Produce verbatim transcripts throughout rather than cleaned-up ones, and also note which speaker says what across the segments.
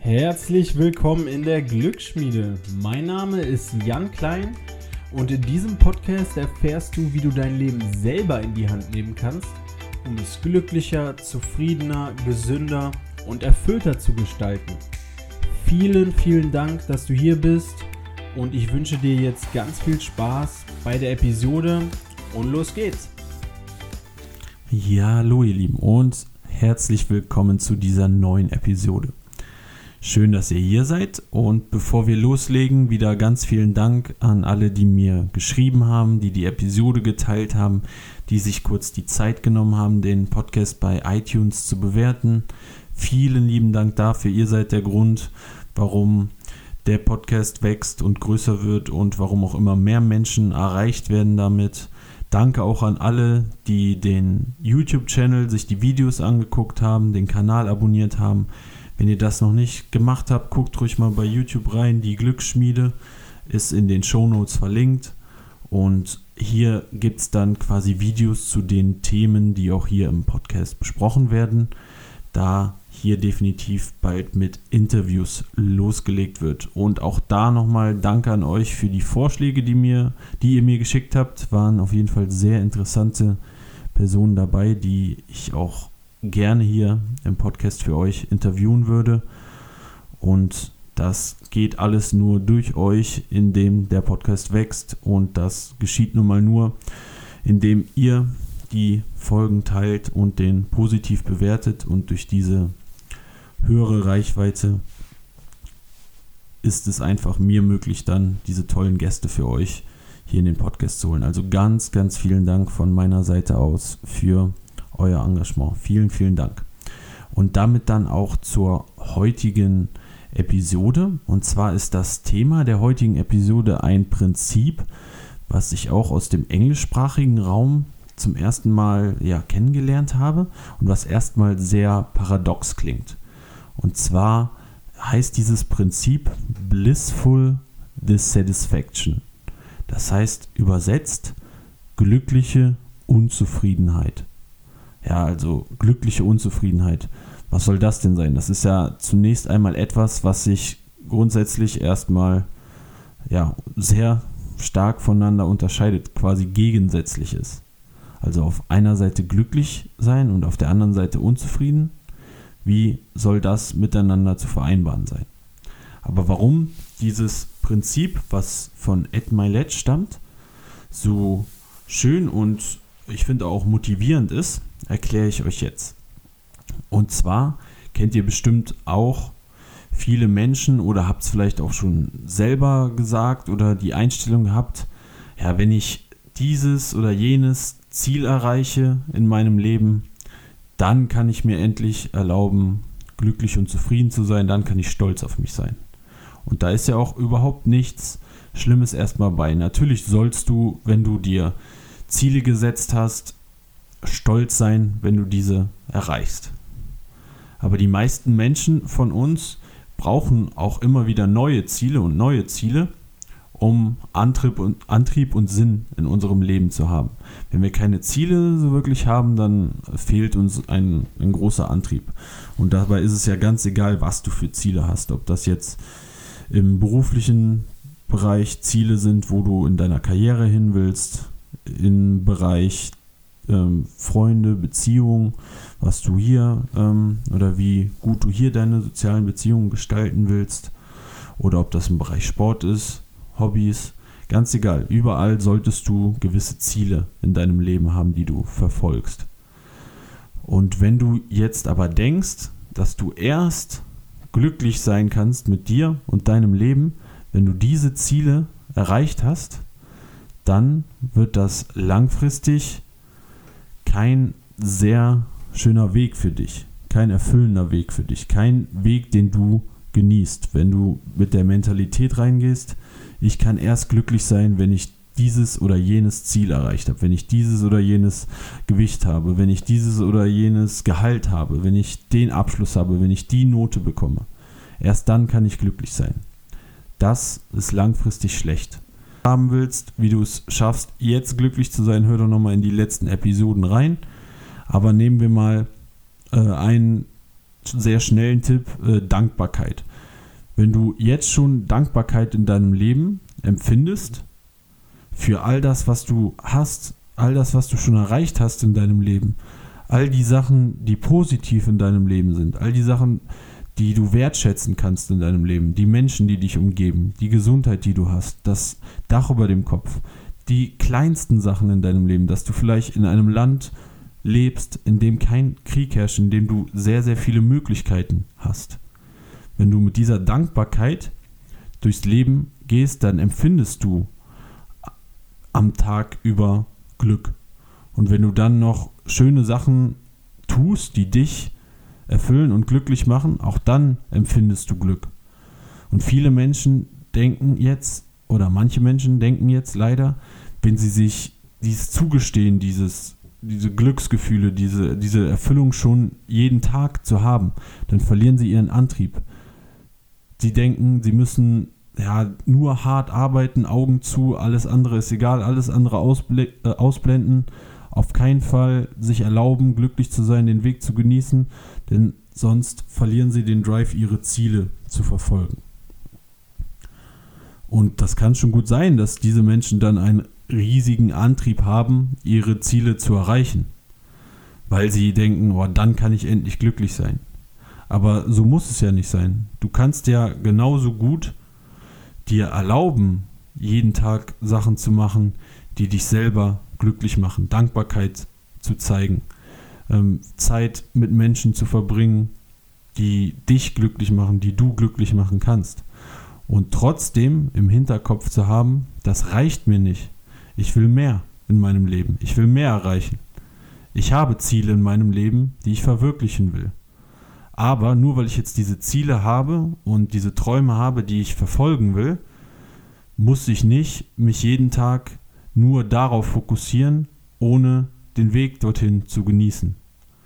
Speaker 1: Herzlich willkommen in der Glücksschmiede. Mein Name ist Jan Klein und in diesem Podcast erfährst du, wie du dein Leben selber in die Hand nehmen kannst, um es glücklicher, zufriedener, gesünder und erfüllter zu gestalten. Vielen, vielen Dank, dass du hier bist und ich wünsche dir jetzt ganz viel Spaß bei der Episode und los geht's.
Speaker 2: Ja, hallo ihr Lieben und herzlich willkommen zu dieser neuen Episode. Schön, dass ihr hier seid und bevor wir loslegen, wieder ganz vielen Dank an alle, die mir geschrieben haben, die die Episode geteilt haben, die sich kurz die Zeit genommen haben, den Podcast bei iTunes zu bewerten. Vielen lieben Dank dafür, ihr seid der Grund, warum der Podcast wächst und größer wird und warum auch immer mehr Menschen erreicht werden damit. Danke auch an alle, die den YouTube-Channel, sich die Videos angeguckt haben, den Kanal abonniert haben. Wenn ihr das noch nicht gemacht habt, guckt ruhig mal bei YouTube rein. Die Glücksschmiede ist in den Shownotes verlinkt. Und hier gibt es dann quasi Videos zu den Themen, die auch hier im Podcast besprochen werden. Da hier definitiv bald mit Interviews losgelegt wird. Und auch da nochmal Danke an euch für die Vorschläge, die, mir, die ihr mir geschickt habt. Waren auf jeden Fall sehr interessante Personen dabei, die ich auch gerne hier im Podcast für euch interviewen würde. Und das geht alles nur durch euch, indem der Podcast wächst. Und das geschieht nun mal nur, indem ihr die Folgen teilt und den positiv bewertet. Und durch diese höhere Reichweite ist es einfach mir möglich, dann diese tollen Gäste für euch hier in den Podcast zu holen. Also ganz, ganz vielen Dank von meiner Seite aus für euer Engagement. Vielen, vielen Dank. Und damit dann auch zur heutigen Episode. Und zwar ist das Thema der heutigen Episode ein Prinzip, was ich auch aus dem englischsprachigen Raum zum ersten Mal ja, kennengelernt habe und was erstmal sehr paradox klingt. Und zwar heißt dieses Prinzip Blissful Dissatisfaction. Das heißt übersetzt glückliche Unzufriedenheit. Ja, also glückliche Unzufriedenheit. Was soll das denn sein? Das ist ja zunächst einmal etwas, was sich grundsätzlich erstmal ja, sehr stark voneinander unterscheidet, quasi gegensätzlich ist. Also auf einer Seite glücklich sein und auf der anderen Seite unzufrieden. Wie soll das miteinander zu vereinbaren sein? Aber warum dieses Prinzip, was von Ed Mylett stammt, so schön und ich finde auch motivierend ist, erkläre ich euch jetzt. Und zwar kennt ihr bestimmt auch viele Menschen oder habt es vielleicht auch schon selber gesagt oder die Einstellung gehabt, ja, wenn ich dieses oder jenes Ziel erreiche in meinem Leben, dann kann ich mir endlich erlauben, glücklich und zufrieden zu sein, dann kann ich stolz auf mich sein. Und da ist ja auch überhaupt nichts Schlimmes erstmal bei. Natürlich sollst du, wenn du dir Ziele gesetzt hast, stolz sein, wenn du diese erreichst. Aber die meisten Menschen von uns brauchen auch immer wieder neue Ziele und neue Ziele, um Antrieb und, Antrieb und Sinn in unserem Leben zu haben. Wenn wir keine Ziele so wirklich haben, dann fehlt uns ein, ein großer Antrieb. Und dabei ist es ja ganz egal, was du für Ziele hast. Ob das jetzt im beruflichen Bereich Ziele sind, wo du in deiner Karriere hin willst, im Bereich ähm, Freunde, Beziehungen, was du hier ähm, oder wie gut du hier deine sozialen Beziehungen gestalten willst, oder ob das im Bereich Sport ist, Hobbys, ganz egal. Überall solltest du gewisse Ziele in deinem Leben haben, die du verfolgst. Und wenn du jetzt aber denkst, dass du erst glücklich sein kannst mit dir und deinem Leben, wenn du diese Ziele erreicht hast, dann wird das langfristig kein sehr schöner Weg für dich, kein erfüllender Weg für dich, kein Weg, den du genießt, wenn du mit der Mentalität reingehst, ich kann erst glücklich sein, wenn ich dieses oder jenes Ziel erreicht habe, wenn ich dieses oder jenes Gewicht habe, wenn ich dieses oder jenes Gehalt habe, wenn ich den Abschluss habe, wenn ich die Note bekomme. Erst dann kann ich glücklich sein. Das ist langfristig schlecht. Haben willst, wie du es schaffst, jetzt glücklich zu sein, hör doch nochmal in die letzten Episoden rein. Aber nehmen wir mal äh, einen sehr schnellen Tipp, äh, Dankbarkeit. wenn du jetzt schon Dankbarkeit in deinem Leben empfindest, für all das, was du hast, all das, was du schon erreicht hast in deinem Leben, all die Sachen, die positiv in deinem Leben sind, all die Sachen, die du wertschätzen kannst in deinem Leben, die Menschen, die dich umgeben, die Gesundheit, die du hast, das Dach über dem Kopf, die kleinsten Sachen in deinem Leben, dass du vielleicht in einem Land lebst, in dem kein Krieg herrscht, in dem du sehr, sehr viele Möglichkeiten hast. Wenn du mit dieser Dankbarkeit durchs Leben gehst, dann empfindest du am Tag über Glück. Und wenn du dann noch schöne Sachen tust, die dich erfüllen und glücklich machen, auch dann empfindest du Glück. Und viele Menschen denken jetzt, oder manche Menschen denken jetzt leider, wenn sie sich dieses zugestehen, dieses, diese Glücksgefühle, diese, diese Erfüllung schon jeden Tag zu haben, dann verlieren sie ihren Antrieb. Sie denken, sie müssen ja nur hart arbeiten, Augen zu, alles andere ist egal, alles andere ausble- äh, ausblenden, auf keinen Fall sich erlauben, glücklich zu sein, den Weg zu genießen, denn sonst verlieren sie den Drive, ihre Ziele zu verfolgen. Und das kann schon gut sein, dass diese Menschen dann einen riesigen Antrieb haben, ihre Ziele zu erreichen, weil sie denken, oh, dann kann ich endlich glücklich sein. Aber so muss es ja nicht sein. Du kannst ja genauso gut dir erlauben, jeden Tag Sachen zu machen, die dich selber glücklich machen, Dankbarkeit zu zeigen, ähm, Zeit mit Menschen zu verbringen, die dich glücklich machen, die du glücklich machen kannst. Und trotzdem im Hinterkopf zu haben, das reicht mir nicht. Ich will mehr in meinem Leben. Ich will mehr erreichen. Ich habe Ziele in meinem Leben, die ich verwirklichen will. Aber nur weil ich jetzt diese Ziele habe und diese Träume habe, die ich verfolgen will, muss ich nicht mich jeden Tag nur darauf fokussieren, ohne den Weg dorthin zu genießen.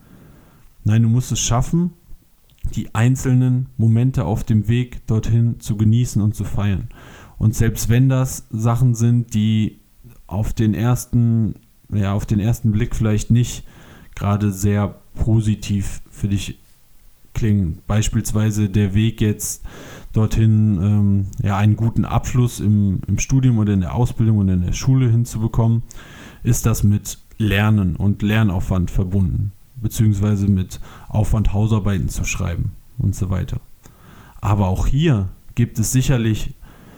Speaker 2: Nein, du musst es schaffen, die einzelnen Momente auf dem Weg dorthin zu genießen und zu feiern. Und selbst wenn das Sachen sind, die auf den ersten, ja, auf den ersten Blick vielleicht nicht gerade sehr positiv für dich klingen, beispielsweise der Weg jetzt dorthin, ähm, ja, einen guten Abschluss im, im Studium oder in der Ausbildung oder in der Schule hinzubekommen, ist das mit Lernen und Lernaufwand verbunden, beziehungsweise mit Aufwand, Hausarbeiten zu schreiben und so weiter. Aber auch hier gibt es sicherlich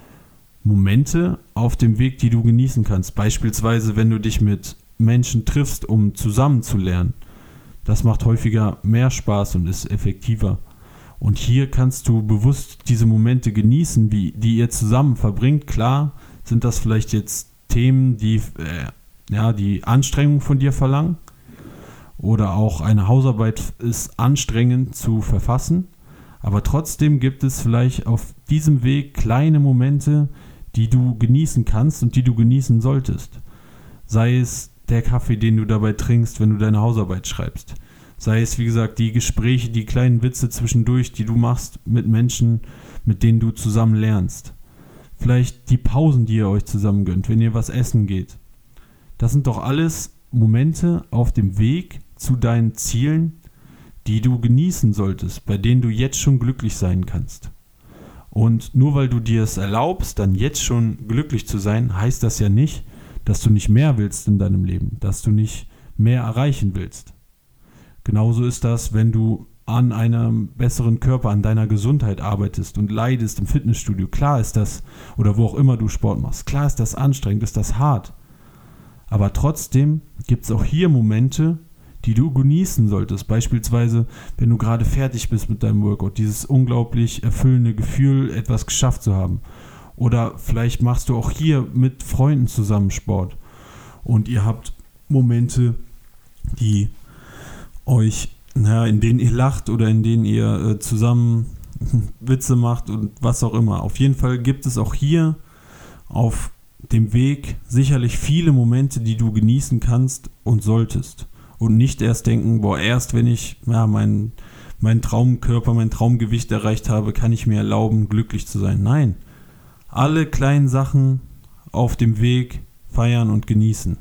Speaker 2: Momente auf dem Weg, die du genießen kannst. Beispielsweise, wenn du dich mit Menschen triffst, um zusammen zu lernen. Das macht häufiger mehr Spaß und ist effektiver. Und hier kannst du bewusst diese Momente genießen, wie, die ihr zusammen verbringt. Klar sind das vielleicht jetzt Themen, die, äh, ja, die Anstrengung von dir verlangen. Oder auch eine Hausarbeit ist anstrengend zu verfassen. Aber trotzdem gibt es vielleicht auf diesem Weg kleine Momente, die du genießen kannst und die du genießen solltest. Sei es der Kaffee, den du dabei trinkst, wenn du deine Hausarbeit schreibst. Sei es, wie gesagt, die Gespräche, die kleinen Witze zwischendurch, die du machst mit Menschen, mit denen du zusammen lernst. Vielleicht die Pausen, die ihr euch zusammen gönnt, wenn ihr was essen geht. Das sind doch alles Momente auf dem Weg zu deinen Zielen, die du genießen solltest, bei denen du jetzt schon glücklich sein kannst. Und nur weil du dir es erlaubst, dann jetzt schon glücklich zu sein, heißt das ja nicht, dass du nicht mehr willst in deinem Leben, dass du nicht mehr erreichen willst. Genauso ist das, wenn du an einem besseren Körper, an deiner Gesundheit arbeitest und leidest im Fitnessstudio. Klar ist das, oder wo auch immer du Sport machst, klar ist das anstrengend, ist das hart. Aber trotzdem gibt es auch hier Momente, die du genießen solltest. Beispielsweise, wenn du gerade fertig bist mit deinem Workout, dieses unglaublich erfüllende Gefühl, etwas geschafft zu haben. Oder vielleicht machst du auch hier mit Freunden zusammen Sport und ihr habt Momente, die euch, naja, in denen ihr lacht oder in denen ihr äh, zusammen Witze macht und was auch immer. Auf jeden Fall gibt es auch hier auf dem Weg sicherlich viele Momente, die du genießen kannst und solltest. Und nicht erst denken, boah, erst wenn ich ja, meinen mein Traumkörper, mein Traumgewicht erreicht habe, kann ich mir erlauben, glücklich zu sein. Nein, alle kleinen Sachen auf dem Weg feiern und genießen.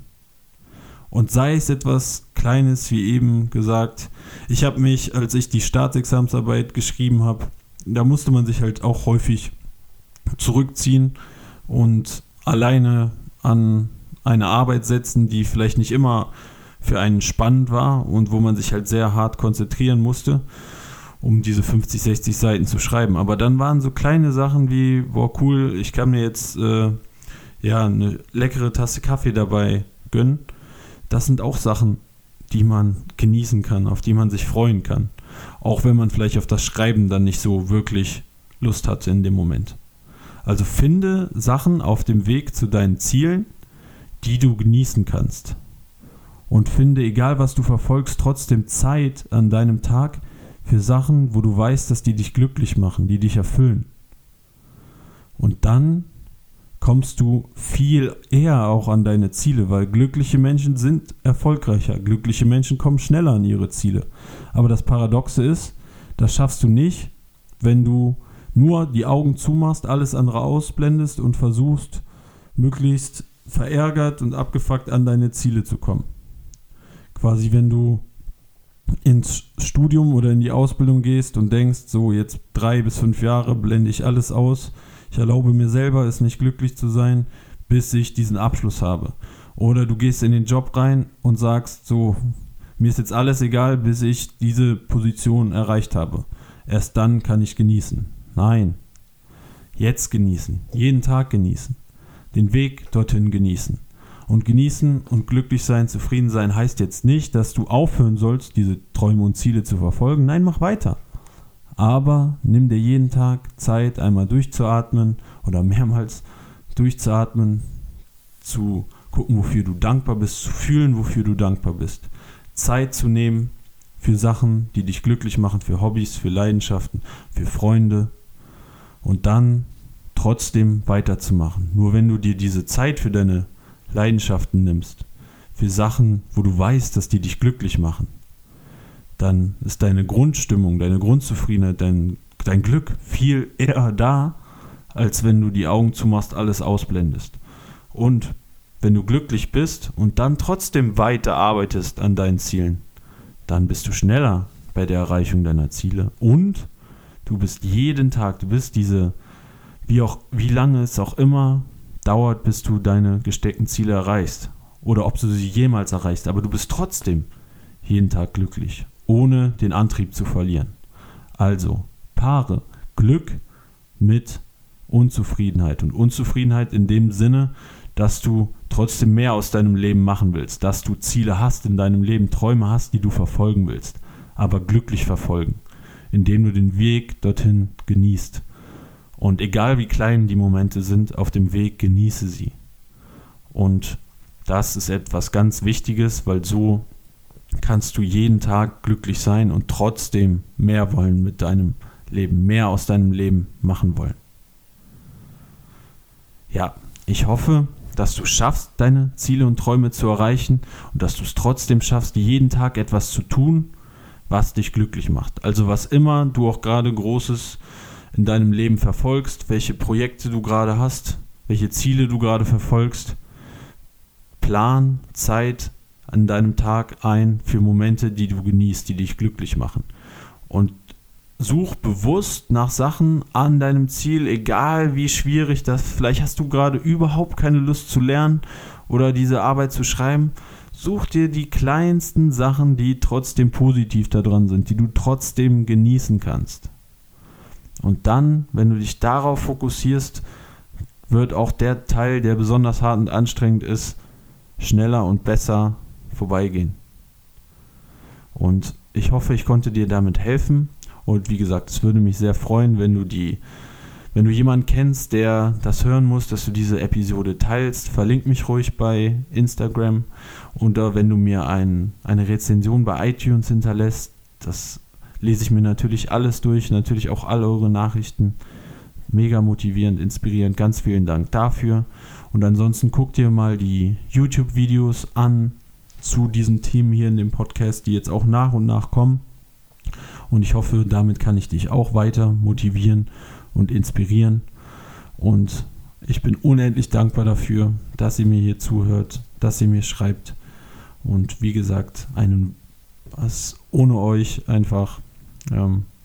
Speaker 2: Und sei es etwas Kleines, wie eben gesagt, ich habe mich, als ich die Staatsexamensarbeit geschrieben habe, da musste man sich halt auch häufig zurückziehen und alleine an eine Arbeit setzen, die vielleicht nicht immer für einen spannend war und wo man sich halt sehr hart konzentrieren musste, um diese fünfzig, sechzig Seiten zu schreiben. Aber dann waren so kleine Sachen wie, boah cool, ich kann mir jetzt äh, ja eine leckere Tasse Kaffee dabei gönnen. Das sind auch Sachen, die man genießen kann, auf die man sich freuen kann. Auch wenn man vielleicht auf das Schreiben dann nicht so wirklich Lust hatte in dem Moment. Also finde Sachen auf dem Weg zu deinen Zielen, die du genießen kannst. Und finde, egal was du verfolgst, trotzdem Zeit an deinem Tag für Sachen, wo du weißt, dass die dich glücklich machen, die dich erfüllen. Und dann kommst du viel eher auch an deine Ziele, weil glückliche Menschen sind erfolgreicher. Glückliche Menschen kommen schneller an ihre Ziele. Aber das Paradoxe ist, das schaffst du nicht, wenn du nur die Augen zumachst, alles andere ausblendest und versuchst, möglichst verärgert und abgefuckt an deine Ziele zu kommen. Quasi, wenn du ins Studium oder in die Ausbildung gehst und denkst, so jetzt drei bis fünf Jahre blende ich alles aus, ich erlaube mir selber, es nicht glücklich zu sein, bis ich diesen Abschluss habe. Oder du gehst in den Job rein und sagst, so, mir ist jetzt alles egal, bis ich diese Position erreicht habe. Erst dann kann ich genießen. Nein, jetzt genießen, jeden Tag genießen, den Weg dorthin genießen. Und genießen und glücklich sein, zufrieden sein heißt jetzt nicht, dass du aufhören sollst, diese Träume und Ziele zu verfolgen. Nein, mach weiter. Aber nimm dir jeden Tag Zeit, einmal durchzuatmen oder mehrmals durchzuatmen, zu gucken, wofür du dankbar bist, zu fühlen, wofür du dankbar bist. Zeit zu nehmen für Sachen, die dich glücklich machen, für Hobbys, für Leidenschaften, für Freunde und dann trotzdem weiterzumachen. Nur wenn du dir diese Zeit für deine Leidenschaften nimmst, für Sachen, wo du weißt, dass die dich glücklich machen, dann ist deine Grundstimmung, deine Grundzufriedenheit, dein, dein Glück viel eher da, als wenn du die Augen zumachst, alles ausblendest. Und wenn du glücklich bist und dann trotzdem weiter arbeitest an deinen Zielen, dann bist du schneller bei der Erreichung deiner Ziele und du bist jeden Tag, du bist diese, wie auch, wie lange es auch immer dauert, bis du deine gesteckten Ziele erreichst oder ob du sie jemals erreichst, aber du bist trotzdem jeden Tag glücklich, ohne den Antrieb zu verlieren. Also paare Glück mit Unzufriedenheit und Unzufriedenheit in dem Sinne, dass du trotzdem mehr aus deinem Leben machen willst, dass du Ziele hast in deinem Leben, Träume hast, die du verfolgen willst, aber glücklich verfolgen, indem du den Weg dorthin genießt. Und egal wie klein die Momente sind auf dem Weg, genieße sie. Und das ist etwas ganz Wichtiges, weil so kannst du jeden Tag glücklich sein und trotzdem mehr wollen mit deinem Leben, mehr aus deinem Leben machen wollen. Ja, ich hoffe, dass du schaffst, deine Ziele und Träume zu erreichen und dass du es trotzdem schaffst, jeden Tag etwas zu tun, was dich glücklich macht. Also was immer du auch gerade Großes in deinem Leben verfolgst, welche Projekte du gerade hast, welche Ziele du gerade verfolgst, plan Zeit an deinem Tag ein für Momente, die du genießt, die dich glücklich machen. Und such bewusst nach Sachen an deinem Ziel, egal wie schwierig das, vielleicht hast du gerade überhaupt keine Lust zu lernen oder diese Arbeit zu schreiben, such dir die kleinsten Sachen, die trotzdem positiv daran sind, die du trotzdem genießen kannst. Und dann, wenn du dich darauf fokussierst, wird auch der Teil, der besonders hart und anstrengend ist, schneller und besser vorbeigehen. Und ich hoffe, ich konnte dir damit helfen. Und wie gesagt, es würde mich sehr freuen, wenn du die, wenn du jemanden kennst, der das hören muss, dass du diese Episode teilst. Verlink mich ruhig bei Instagram oder wenn du mir ein, eine Rezension bei iTunes hinterlässt. Das lese ich mir natürlich alles durch, natürlich auch all eure Nachrichten. Mega motivierend, inspirierend. Ganz vielen Dank dafür. Und ansonsten guck dir mal die YouTube-Videos an zu diesen Themen hier in dem Podcast, die jetzt auch nach und nach kommen. Und ich hoffe, damit kann ich dich auch weiter motivieren und inspirieren. Und ich bin unendlich dankbar dafür, dass ihr mir hier zuhört, dass ihr mir schreibt. Und wie gesagt, einen, was ohne euch einfach ähm,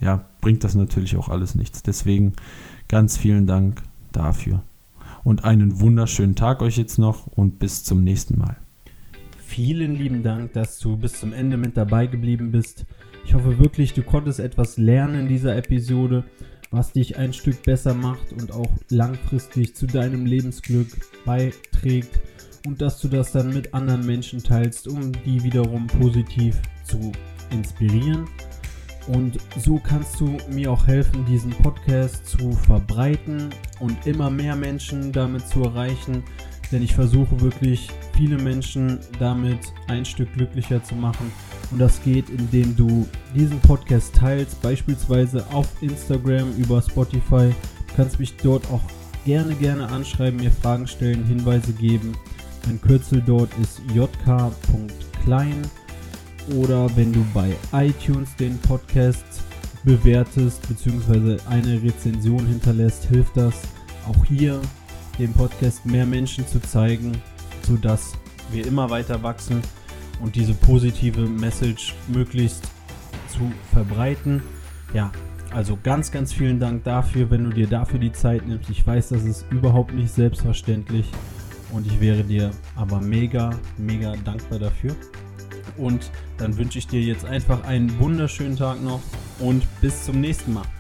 Speaker 2: ja, bringt das natürlich auch alles nichts. Deswegen ganz vielen Dank dafür. Und einen wunderschönen Tag euch jetzt noch und bis zum nächsten Mal.
Speaker 1: Vielen lieben Dank, dass du bis zum Ende mit dabei geblieben bist. Ich hoffe wirklich, du konntest etwas lernen in dieser Episode, was dich ein Stück besser macht und auch langfristig zu deinem Lebensglück beiträgt und dass du das dann mit anderen Menschen teilst, um die wiederum positiv zu inspirieren. Und so kannst du mir auch helfen, diesen Podcast zu verbreiten und immer mehr Menschen damit zu erreichen, denn ich versuche wirklich viele Menschen damit ein Stück glücklicher zu machen und das geht, indem du diesen Podcast teilst, beispielsweise auf Instagram, über Spotify. Du kannst mich dort auch gerne, gerne anschreiben, mir Fragen stellen, Hinweise geben. Mein Kürzel dort ist j k punkt klein. Oder wenn du bei iTunes den Podcast bewertest bzw. eine Rezension hinterlässt, hilft das auch hier, den Podcast mehr Menschen zu zeigen, sodass wir immer weiter wachsen und diese positive Message möglichst zu verbreiten. Ja, also ganz, ganz vielen Dank dafür, wenn du dir dafür die Zeit nimmst. Ich weiß, das ist überhaupt nicht selbstverständlich und ich wäre dir aber mega, mega dankbar dafür. Und dann wünsche ich dir jetzt einfach einen wunderschönen Tag noch und bis zum nächsten Mal.